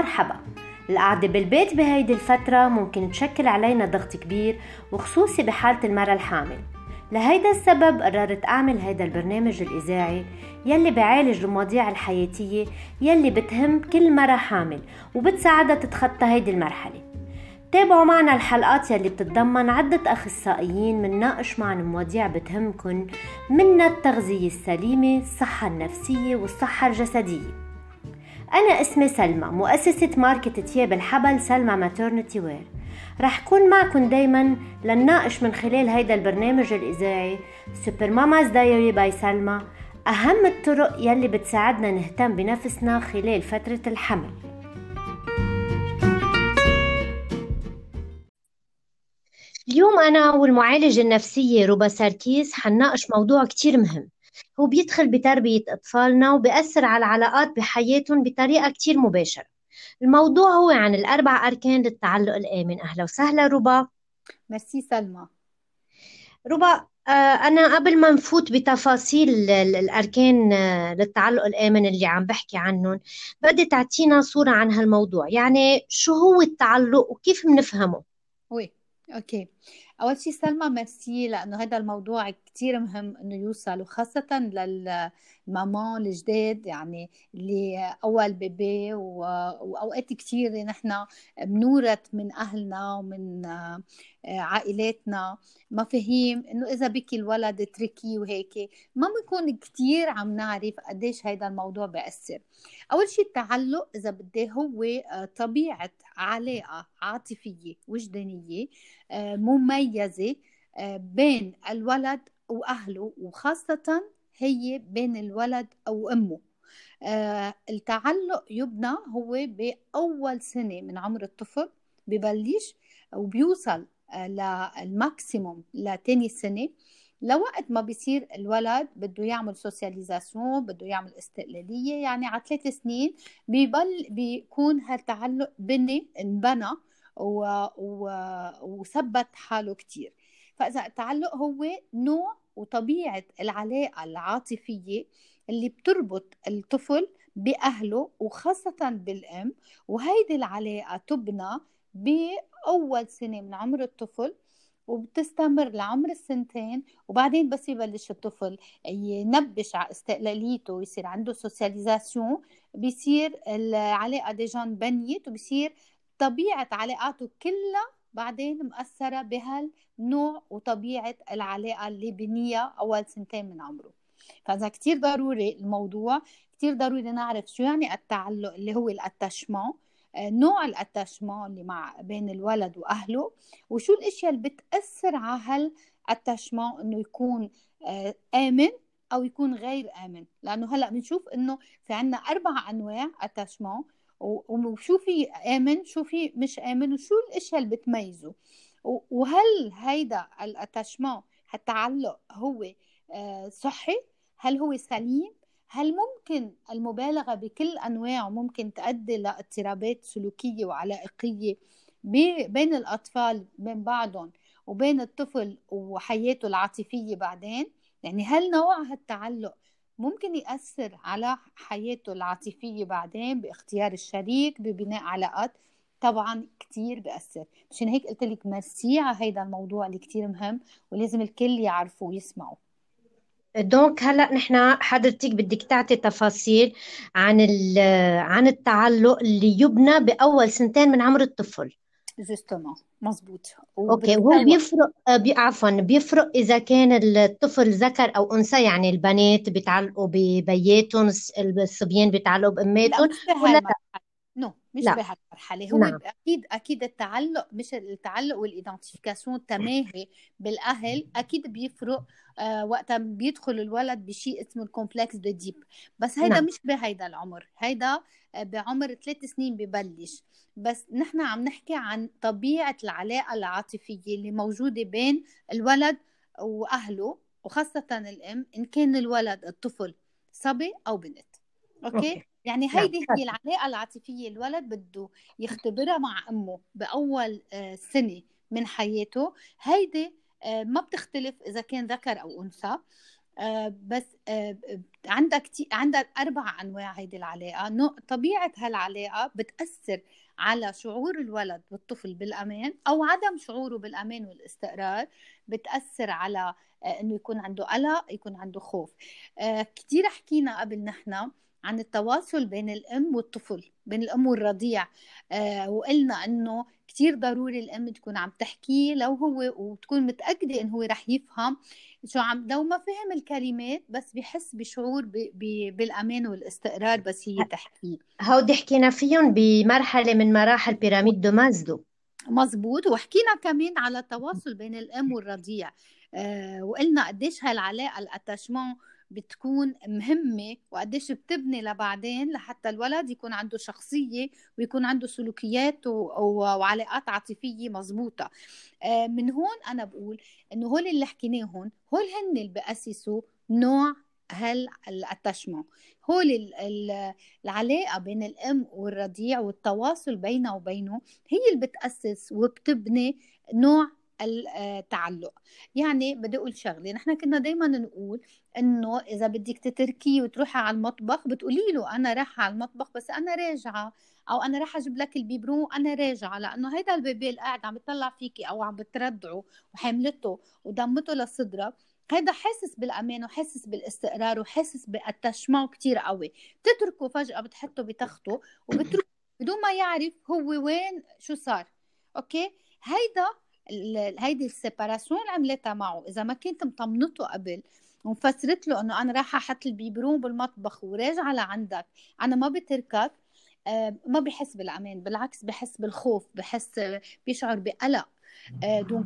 مرحبا. القعدة بالبيت بهيدي الفترة ممكن تشكل علينا ضغط كبير، وخصوصي بحالة المرأة الحامل. لهيدا السبب قررت أعمل هيدا البرنامج الإذاعي يلي بعالج المواضيع الحياتية يلي بتهم كل مرأة حامل وبتساعدها تتخطى هيدي المرحلة. تابعوا معنا الحلقات يلي بتتضمن عدة أخصائيين منناقش معنا مواضيع بتهمكن، منها التغذية السليمة، الصحة النفسية والصحة الجسدية. أنا اسمي سلمى، مؤسسة ماركة تياب الحبل سلمى ماترنتي وير. رح كون معكن دايما لنناقش من خلال هيدا البرنامج الإذاعي سوبر ماماز دايري باي سلمى أهم الطرق يلي بتساعدنا نهتم بنفسنا خلال فترة الحمل. اليوم أنا والمعالجة النفسية روبا ساركيس حنناقش موضوع كتير مهم، هو بيدخل بتربية أطفالنا وبيأثر على العلاقات بحياتهم بطريقة كتير مباشرة. الموضوع هو عن الأربع أركان للتعلق الآمن. أهلا وسهلا روبا. ميرسي سلمى. روبا، أنا قبل ما نفوت بتفاصيل الأركان للتعلق الآمن اللي عم بحكي عنهم، بدي تعطينا صورة عن هالموضوع، يعني شو هو التعلق وكيف بنفهمه؟ وي اوكي. اول شيء سلمى ميرسي لانه هذا الموضوع كتير مهم انه يوصل، وخاصه للماما الجداد، يعني اللي اول بيبي واوقات كتير نحن بنورث من اهلنا ومن عائلاتنا مفاهيم انه اذا بكي الولد اتركي وهيك، ما بنكون كتير عم نعرف قديش هذا الموضوع بيأثر. اول شيء التعلق اذا بدي هو طبيعه علاقه عاطفيه وجدانيه مميزه بين الولد واهله، وخاصه هي بين الولد او امه. التعلق يبنى هو بأول سنة من عمر الطفل، ببلش وبيوصل للماكسيموم لتاني سنة، لوقت ما بيصير الولد بده يعمل سوسياليزاسيون، بده يعمل استقلالية. يعني على 3 سنين بيكون هالتعلق انبنى وثبت حاله كتير. فإذا التعلق هو نوع وطبيعة العلاقة العاطفية اللي بتربط الطفل بأهله وخاصة بالأم، وهيدي العلاقة تبنى بأول سنة من عمر الطفل وبتستمر لعمر السنتين. وبعدين بس يبلش الطفل ينبش على استقلاليته ويصير عنده سوسياليزاسيون، بيصير العلاقة ديجا بنيت، وبيصير طبيعة علاقاته كلها بعدين مأثرة بهالنوع وطبيعة العلاقة اللي بنيها أول سنتين من عمره. فإذا كتير ضروري الموضوع، كتير ضروري نعرف شو يعني التعلق اللي هو الاتاشمون، نوع الاتاشمون اللي بين الولد وأهله، وشو الاشياء اللي بتأثر على هالاتاشمون انه يكون آمن او يكون غير آمن. لانه هلا بنشوف انه في عنا 4 انواع اتاشمون، وشو في آمن شو في مش آمن وشو الاشياء اللي بتميزه. وهل هيدا الاتاشمون التعلق هو صحي؟ هل هو سليم؟ هل ممكن المبالغة بكل أنواعه ممكن تؤدي لاضطرابات سلوكية وعلائقية بين الأطفال بين بعضهم وبين الطفل وحياته العاطفية بعدين؟ يعني هل نوع هالتعلق ممكن يأثر على حياته العاطفية بعدين باختيار الشريك ببناء علاقات؟ طبعا كتير بأثر. مشان هيك قلت لك ميرسي على هيدا الموضوع اللي كتير مهم ولازم الكل يعرفه ويسمعه. دونك هلا نحن حضرتك بدك تعطي تفاصيل عن عن التعلق اللي يبنى بأول سنتين من عمر الطفل. جوستومون مزبوط. اوكي، وهو وبتساوى بيفرق عفوا بيفرق اذا كان الطفل ذكر او انثى، يعني البنات بيتعلقوا ببياتهم، الصبيان بيتعلقوا لا باماتهم مش ولا لا؟ بهالمرحلة. نو مش لا. بهالمرحلة. هو نعم. أكيد التعلق، مش التعلق والإيدنتيفيكاسيون التماهي بالأهل أكيد بيفرق وقتها بيدخل الولد بشيء اسمه الكومبلكس دو ديب. بس هيدا نعم. مش بهيدا العمر، هيدا بعمر 3 سنين ببلش. بس نحن عم نحكي عن طبيعة العلاقة العاطفية اللي موجودة بين الولد وأهله، وخاصة الأم، إن كان الولد الطفل صبي أو بنت. أوكي، اوكي. يعني نعم. هيدي هي العلاقة العاطفية الولد بده يختبرها مع أمه بأول سنة من حياته. هيدي ما بتختلف إذا كان ذكر أو أنثى. بس عندك 4 أنواع هيدي العلاقة. طبيعة هالعلاقة بتأثر على شعور الولد والطفل بالأمان أو عدم شعوره بالأمان والاستقرار. بتأثر على إنه يكون عنده قلق، يكون عنده خوف. كتير حكينا قبل نحن عن التواصل بين الأم والطفل، بين الأم والرضيع. وقلنا إنه كتير ضروري الأم تكون عم تحكي لو هو، وتكون متأكدة إنه هو رح يفهم شو عم، لو ما فهم الكلمات بس بيحس بشعور بالأمان والاستقرار بس هي تحكيه. هودي حكينا فيهم بمرحلة من مراحل بيراميد دو مازلو. مظبوط. وحكينا كمان على التواصل بين الأم والرضيع. وقلنا قديش هالعلاقة الاتاشمون بتكون مهمة، وقديش بتبني لبعدين لحتى الولد يكون عنده شخصية ويكون عنده سلوكيات وعلاقات عاطفية مظبوطة. من هون أنا بقول إنه هول اللي حكيناهم هول هن اللي بأسسوا نوع الاتاشمون. هول العلاقة بين الأم والرضيع والتواصل بينه وبينه هي اللي بتأسس وبتبني نوع التعلق. يعني بدي أقول شغلة، نحن كنا دايما نقول إنه إذا بدك تتركيه وتروحي على المطبخ بتقولي له أنا رايحة على المطبخ بس أنا راجعة، أو أنا راح أجيب لك البيبرون أنا راجعة، لأنه هيدا البيبي اللي قاعد عم بتطلع فيكي أو عم بترضعه وحملته وضمته لصدرك، هيدا حاسس بالأمان وحاسس بالاستقرار وحاسس بالتشمع كتير قوي. بتتركه فجأة بتحطه بتخته وبتروح بدون ما يعرف هو وين شو صار. اوكي، هيدا هيدي السيباراسيون اللي عملتها معه، اذا ما كنت مطمنته قبل ومفسرت له انه انا رايحه احط البيبرون بالمطبخ وراجعه لعندك، انا ما بتركك، ما بحس بالامان، بالعكس بحس بالخوف، بحس بيشعر بقلق. دونك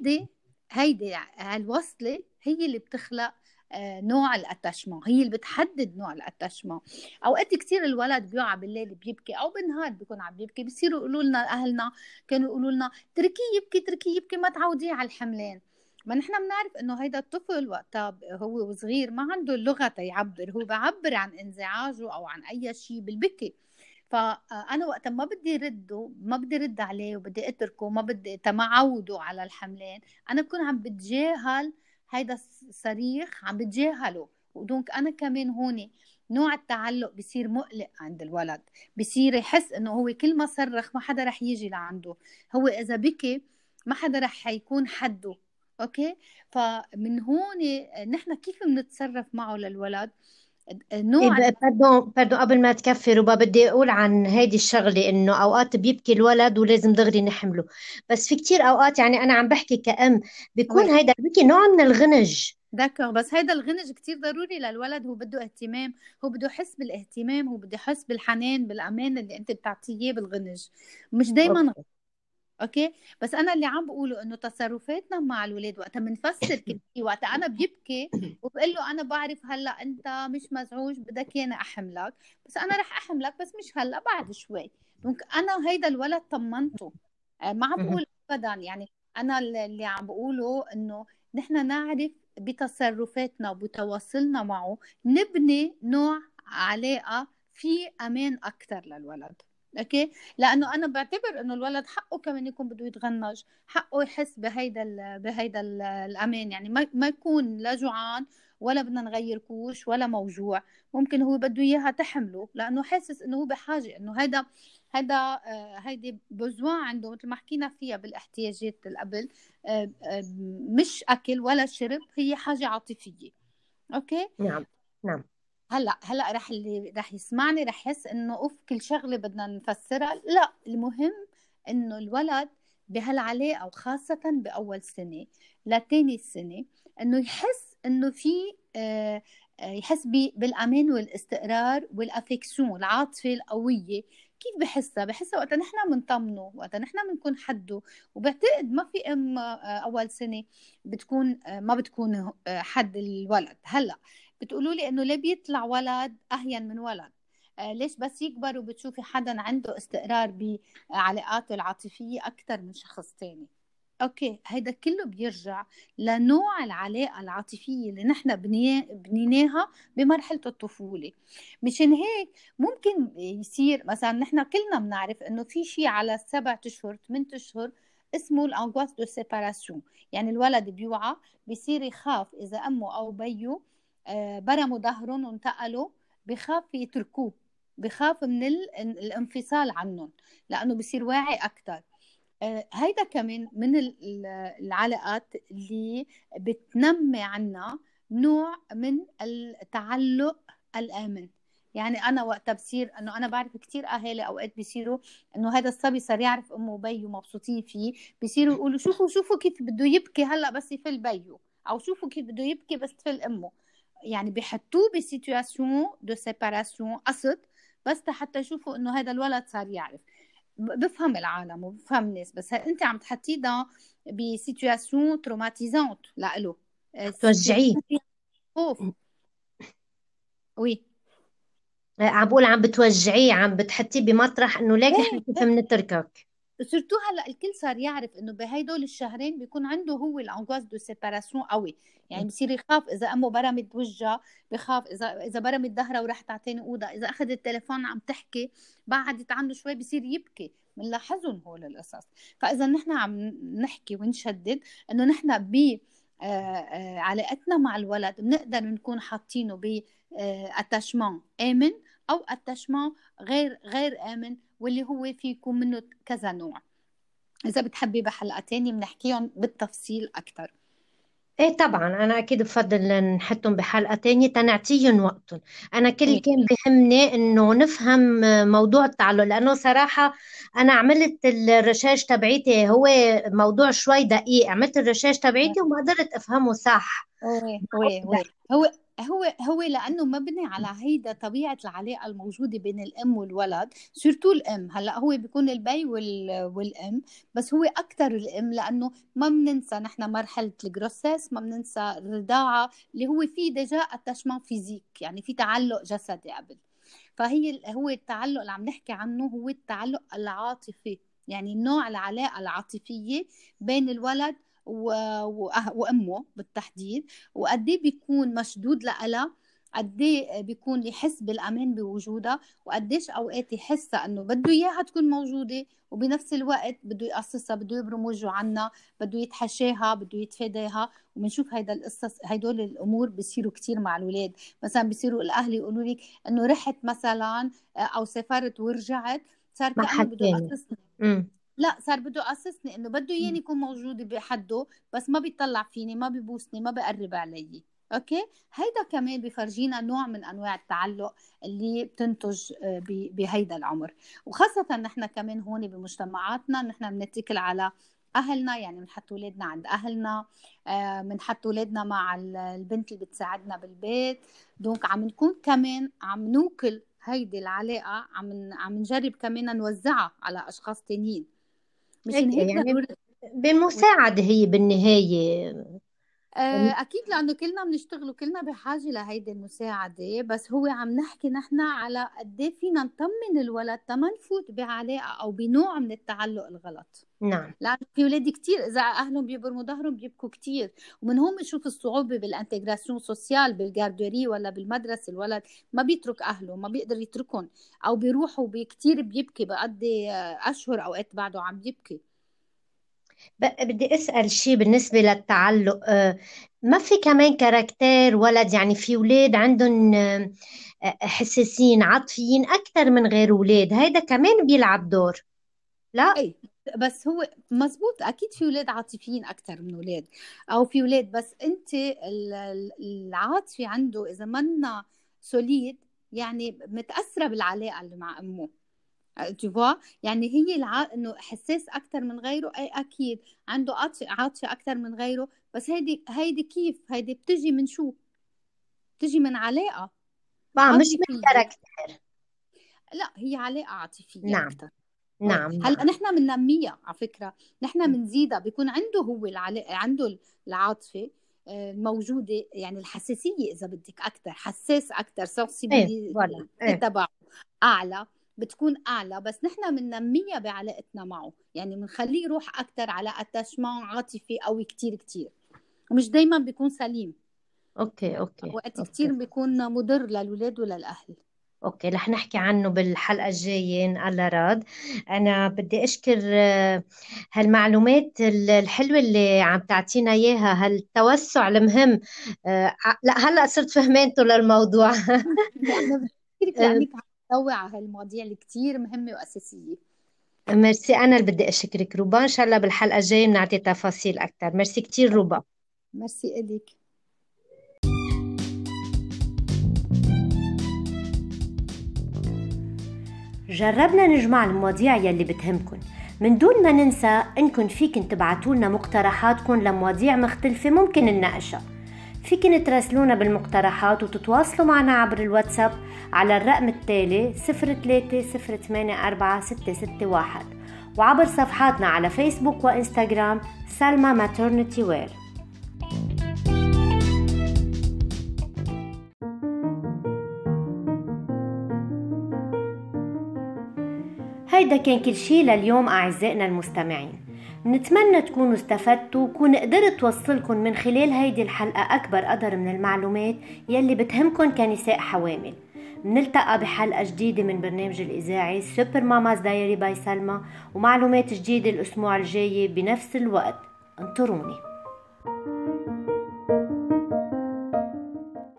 هيدي هالوصله هي اللي بتخلق نوع الاتاشمون، هي اللي بتحدد نوع الاتاشمون. اوقات كثير الولد بيقع بالليل بيبكي او بالنهار بيكون عم بيبكي، بيصيروا يقولوا لنا اهلنا، كانوا يقولوا لنا تركيه يبكي تركيه يبكي ما تعوديه على الحملان. ما نحن بنعرف انه هيدا الطفل وقتها هو صغير ما عنده اللغه تيعبر، هو بعبر عن انزعاجه او عن اي شيء بالبكي. فانا وقت ما بدي رده ما بدي رد عليه وبدي اتركه، ما بدي تمعوده على الحملان، انا بكون عم بتجاهل هيدا الصريخ، عم بتجاهله. ودونك انا كمان هون نوع التعلق بصير مقلق عند الولد، بصير يحس انه هو كل ما صرخ ما حدا رح يجي لعنده، هو اذا بكي ما حدا رح يكون حده. اوكي، فمن هون نحن كيف بنتصرف معه للولد نوع. باردون قبل ما تكفر، وما بدي اقول عن هيدي الشغله انه اوقات بيبكي الولد ولازم دغري نحمله، بس في كتير اوقات، يعني انا عم بحكي كأم، بيكون هيدا البكي نوع من الغنج. دكر، بس هيدا الغنج كتير ضروري للولد، هو بده اهتمام، هو بده يحس بالاهتمام، هو بده يحس بالحنان بالامان اللي انت بتعطيه بالغنج، مش دايما. اوكي. اوكي، بس انا اللي عم بقوله انه تصرفاتنا مع الولاد وقتها بنفسر كل شيء. وقتها انا بيبكي وبقول له انا بعرف هلا انت مش مزعوج بدك اياني احملك، بس انا رح احملك بس مش هلا بعد شوي. دونك انا هيدا الولد طمنته. ما عم مهم. بقول ابدا يعني، انا اللي عم بقوله انه نحن نعرف بتصرفاتنا وبتواصلنا معه نبني نوع علاقة في امان اكثر للولد. اوكي، لانه انا بعتبر انه الولد حقه كمان يكون بده يتغنج، حقه يحس بهيدا الامان، يعني ما يكون لا جوعان ولا بدنا نغير كوش ولا موجوع. ممكن هو بده اياها تحمله لانه حاسس انه هو بحاجه، انه هيدي بزوان عنده مثل ما حكينا فيها بالاحتياجات اللي قبل. مش اكل ولا شرب، هي حاجه عاطفيه. اوكي، نعم. نعم. هلا اللي رح يسمعني رح يحس انه اوف كل شغله بدنا نفسرها. لا، المهم انه الولد بهالعلاقه وخاصه باول سنه لتاني سنه انه يحس انه في يحس بالامان والاستقرار والافكسيون، العاطفه القويه. كيف بحسها وقت نحن بنطمنه، وقت نحن بنكون حده. وبعتقد ما في ام اول سنه بتكون ما بتكون حد الولد. هلا بتقولوا لي انه ليه بيطلع ولد اهين من ولد؟ ليش بس يكبر وبتشوفي حدا عنده استقرار بعلاقاته العاطفية اكثر من شخص تاني؟ اوكي، هيدا كله بيرجع لنوع العلاقة العاطفية اللي نحن بنيناها بمرحلة الطفولة. مشان هيك ممكن يصير مثلا، نحن كلنا بنعرف انه في شيء على 7 اشهر 8 اشهر اسمه الانغواس دو سيباراسيون. يعني الولد بيوعى، بيصير يخاف اذا امه او بيه برموا ظهرهم وانتقلوا، بخاف يتركوه، بخاف من الانفصال عنهم، لانه بصير واعي اكثر. هيدا كمان من العلاقات اللي بتنمي عنا نوع من التعلق الآمن. يعني أنا وقتها بصير إنه أنا بعرف كتير أهالي أوقات بيصيروا إنه هذا الصبي صار يعرف أمه وبيه مبسوطين فيه، بيصيروا يقولوا شوفوا شوفوا كيف بده يبكي هلا بس يفل بيه، أو شوفوا كيف بده يبكي بس تفل أمه. يعني بحطوه بسيتواسيون دو سيباراسيون قصد، بس حتى يشوفوا إنه هذا الولد صار يعرف. بفهم العالم وبفهم الناس، بس انت عم تحطيه ده بسيتواسيون تروماتيزانت لإله، توجعيه. سيتواسيون فيها خوف. وي. عم بقول عم بتوجعيه، عم بتحطيه بمطرح انه ليك احنا ايه كيف بنتركك. سورتو هلا الكل صار يعرف انه بهدول الشهرين بيكون عنده هو الانغواز دو سيباراسيون قوي. يعني بصير يخاف اذا امه برمت وجهها، بخاف اذا برمت ظهرها وراحت على تاني اوضه، اذا اخذ التليفون عم تحكي بعدت عنه شوي بصير يبكي. بنلاحظهم هول القصص. فاذا نحن عم نحكي ونشدد انه نحن ب علاقتنا مع الولد بنقدر نكون حاطينه ب اتاشمون امن او اتاشمون غير امن، واللي هو في يكون منه كذا نوع. إذا بتحبي بحلقة تانية بنحكيهم بالتفصيل أكتر. ايه طبعا، انا اكيد بفضل نحطهم بحلقة تانية تنعطيهم وقتهم. انا كل إيه. كان بهمني انه نفهم موضوع التعلق، لانه صراحة انا عملت الرشاش تبعيتي، هو موضوع شوي دقيق، عملت الرشاش تبعيتي وما قدرت افهمه صح. وي هو لانه مبني على هيدا طبيعه العلاقه الموجوده بين الام والولد، سورتو الام. هلا هو بيكون البي والام، بس هو اكثر الام، لانه ما بننسى نحن مرحله الجروسيس، ما بننسى الرضاعه اللي هو فيه ديجا اتاشمون فيزيك، يعني في تعلق جسدي قبل. هو التعلق اللي عم نحكي عنه هو التعلق العاطفي، يعني نوع العلاقه العاطفيه بين الولد وامه بالتحديد، وقد ايه بيكون مشدود لها، قد ايه بيكون يحس بالامان بوجودها، وقديش اوقات يحس انه بده اياها تكون موجوده، وبنفس الوقت بده يقصصها، بده يبرم وجهه عنا، بده يتحاشاها، بده يتفاداها. وبنشوف هيدا القصص، هدول الامور بيصيروا كتير مع الاولاد. مثلا بيصيروا الاهل يقولوا لك انه رحت مثلا او سافرت ورجعت، صار ما كانه بده حكينا. يقصصني. امم. لا، صار بده يقصصني انه بده ياني يكون موجود بحده، بس ما بيطلع فيني، ما بيبوسني، ما بقرب علي. اوكي. هيدا كمان بفرجينا نوع من انواع التعلق اللي بتنتج بهيدا العمر. وخاصة نحن كمان هون بمجتمعاتنا نحن بنتكل على اهلنا، يعني بنحط اولادنا عند اهلنا، بنحط اولادنا مع البنت اللي بتساعدنا بالبيت. دونك عم نكون كمان عم نوكل هيدي العلاقة، عم نجرب كمان نوزعها على اشخاص تانيين. مشان هيك هيك يعني ضروري. بمساعدة هي بالنهاية. أكيد، لأنه كلنا بنشتغل وكلنا بحاجة لهيدي المساعدة، بس هو عم نحكي نحن على قد ايه فينا نطمن الولد تما نفوت بعلاقة أو بنوع من التعلق الغلط. نعم. لأنه في ولاد كتير إذا أهلهم بيبرموا ظهرهم بيبكوا كتير، ومن هون بنشوف الصعوبة بالانتجراسيون سوسيال بالجاردوري ولا بالمدرسة. الولد ما بيترك أهله، ما بيقدر يتركهم، أو بيروحوا كتير بيبكي، بقضي أشهر أوقات بعده عم يبكي. بدي أسأل شيء بالنسبة للتعلق، ما في كمان كاركتير ولد؟ يعني في ولاد عندهم حساسين عاطفيين أكثر من غير ولاد، هيدا كمان بيلعب دور؟ لا. اي، بس هو مزبوط، اكيد في ولاد عاطفيين اكثر من ولاد، او في ولاد، بس انت العاطفي عنده اذا منا سوليد، يعني متاثره بالعلاقه اللي مع امه. تشوفوا، يعني هي انه حساس اكثر من غيره، اي اكيد عنده عاطفي اكثر من غيره، بس هيدي كيف هيدي بتجي من شو؟ بتجي من علاقه مش من عاطفيه. كاركتير. لا، هي علاقه عاطفيه نعم. اكثر. نعم. هلا نعم. نحن بننميها على فكره، نحن بنزيدها، بيكون عنده هو عنده العاطفه موجوده، يعني الحساسيه اذا بدك اكثر، حساس اكثر، ايه سنسيبيليتي ولا ايه. تبعه اعلى، بتكون اعلى، بس نحن بننميها بعلاقتنا معه، يعني بنخليه يروح اكثر على اتاشمون عاطفي قوي كتير كتير، ومش دايما بيكون سليم. اوكي اوكي وقت كتير اوكي. بيكون مضر للولاد وللاهل. اوكي، رح نحكي عنه بالحلقة الجاية إن الله راد. انا بدي اشكر هالمعلومات الحلوة اللي عم تعطينا اياها، هالتوسع المهم. لا، هلا صرت فهمانته للموضوع. أنا بدي أشكرك لأنك عم تضوي على هالمواضيع اللي كتير مهمة وأساسية. ميرسي، انا اللي بدي اشكرك روبا، ان شاء الله بالحلقة الجاية بنعطي تفاصيل اكثر. ميرسي كتير روبا. ميرسي إلك. جربنا نجمع المواضيع يلي بتهمكن، من دون ما ننسى انكن فيكن تبعتولنا مقترحاتكن لمواضيع مختلفة ممكن نناقشها. فيكن تراسلونا بالمقترحات وتتواصلوا معنا عبر الواتساب على الرقم التالي 03-084-661، وعبر صفحاتنا على فيسبوك وإنستغرام سلمى ماترنتي وير. هيدا كان كل شي لليوم أعزائنا المستمعين. نتمنى تكونوا استفدتوا وكون قدرت توصلكن من خلال هيدي الحلقة أكبر قدر من المعلومات يلي بتهمكن كنساء حوامل. منلتقى بحلقة جديدة من برنامج الإذاعي سوبر ماماز دايري باي سلمى، ومعلومات جديدة الأسبوع الجاي بنفس الوقت. انطروني.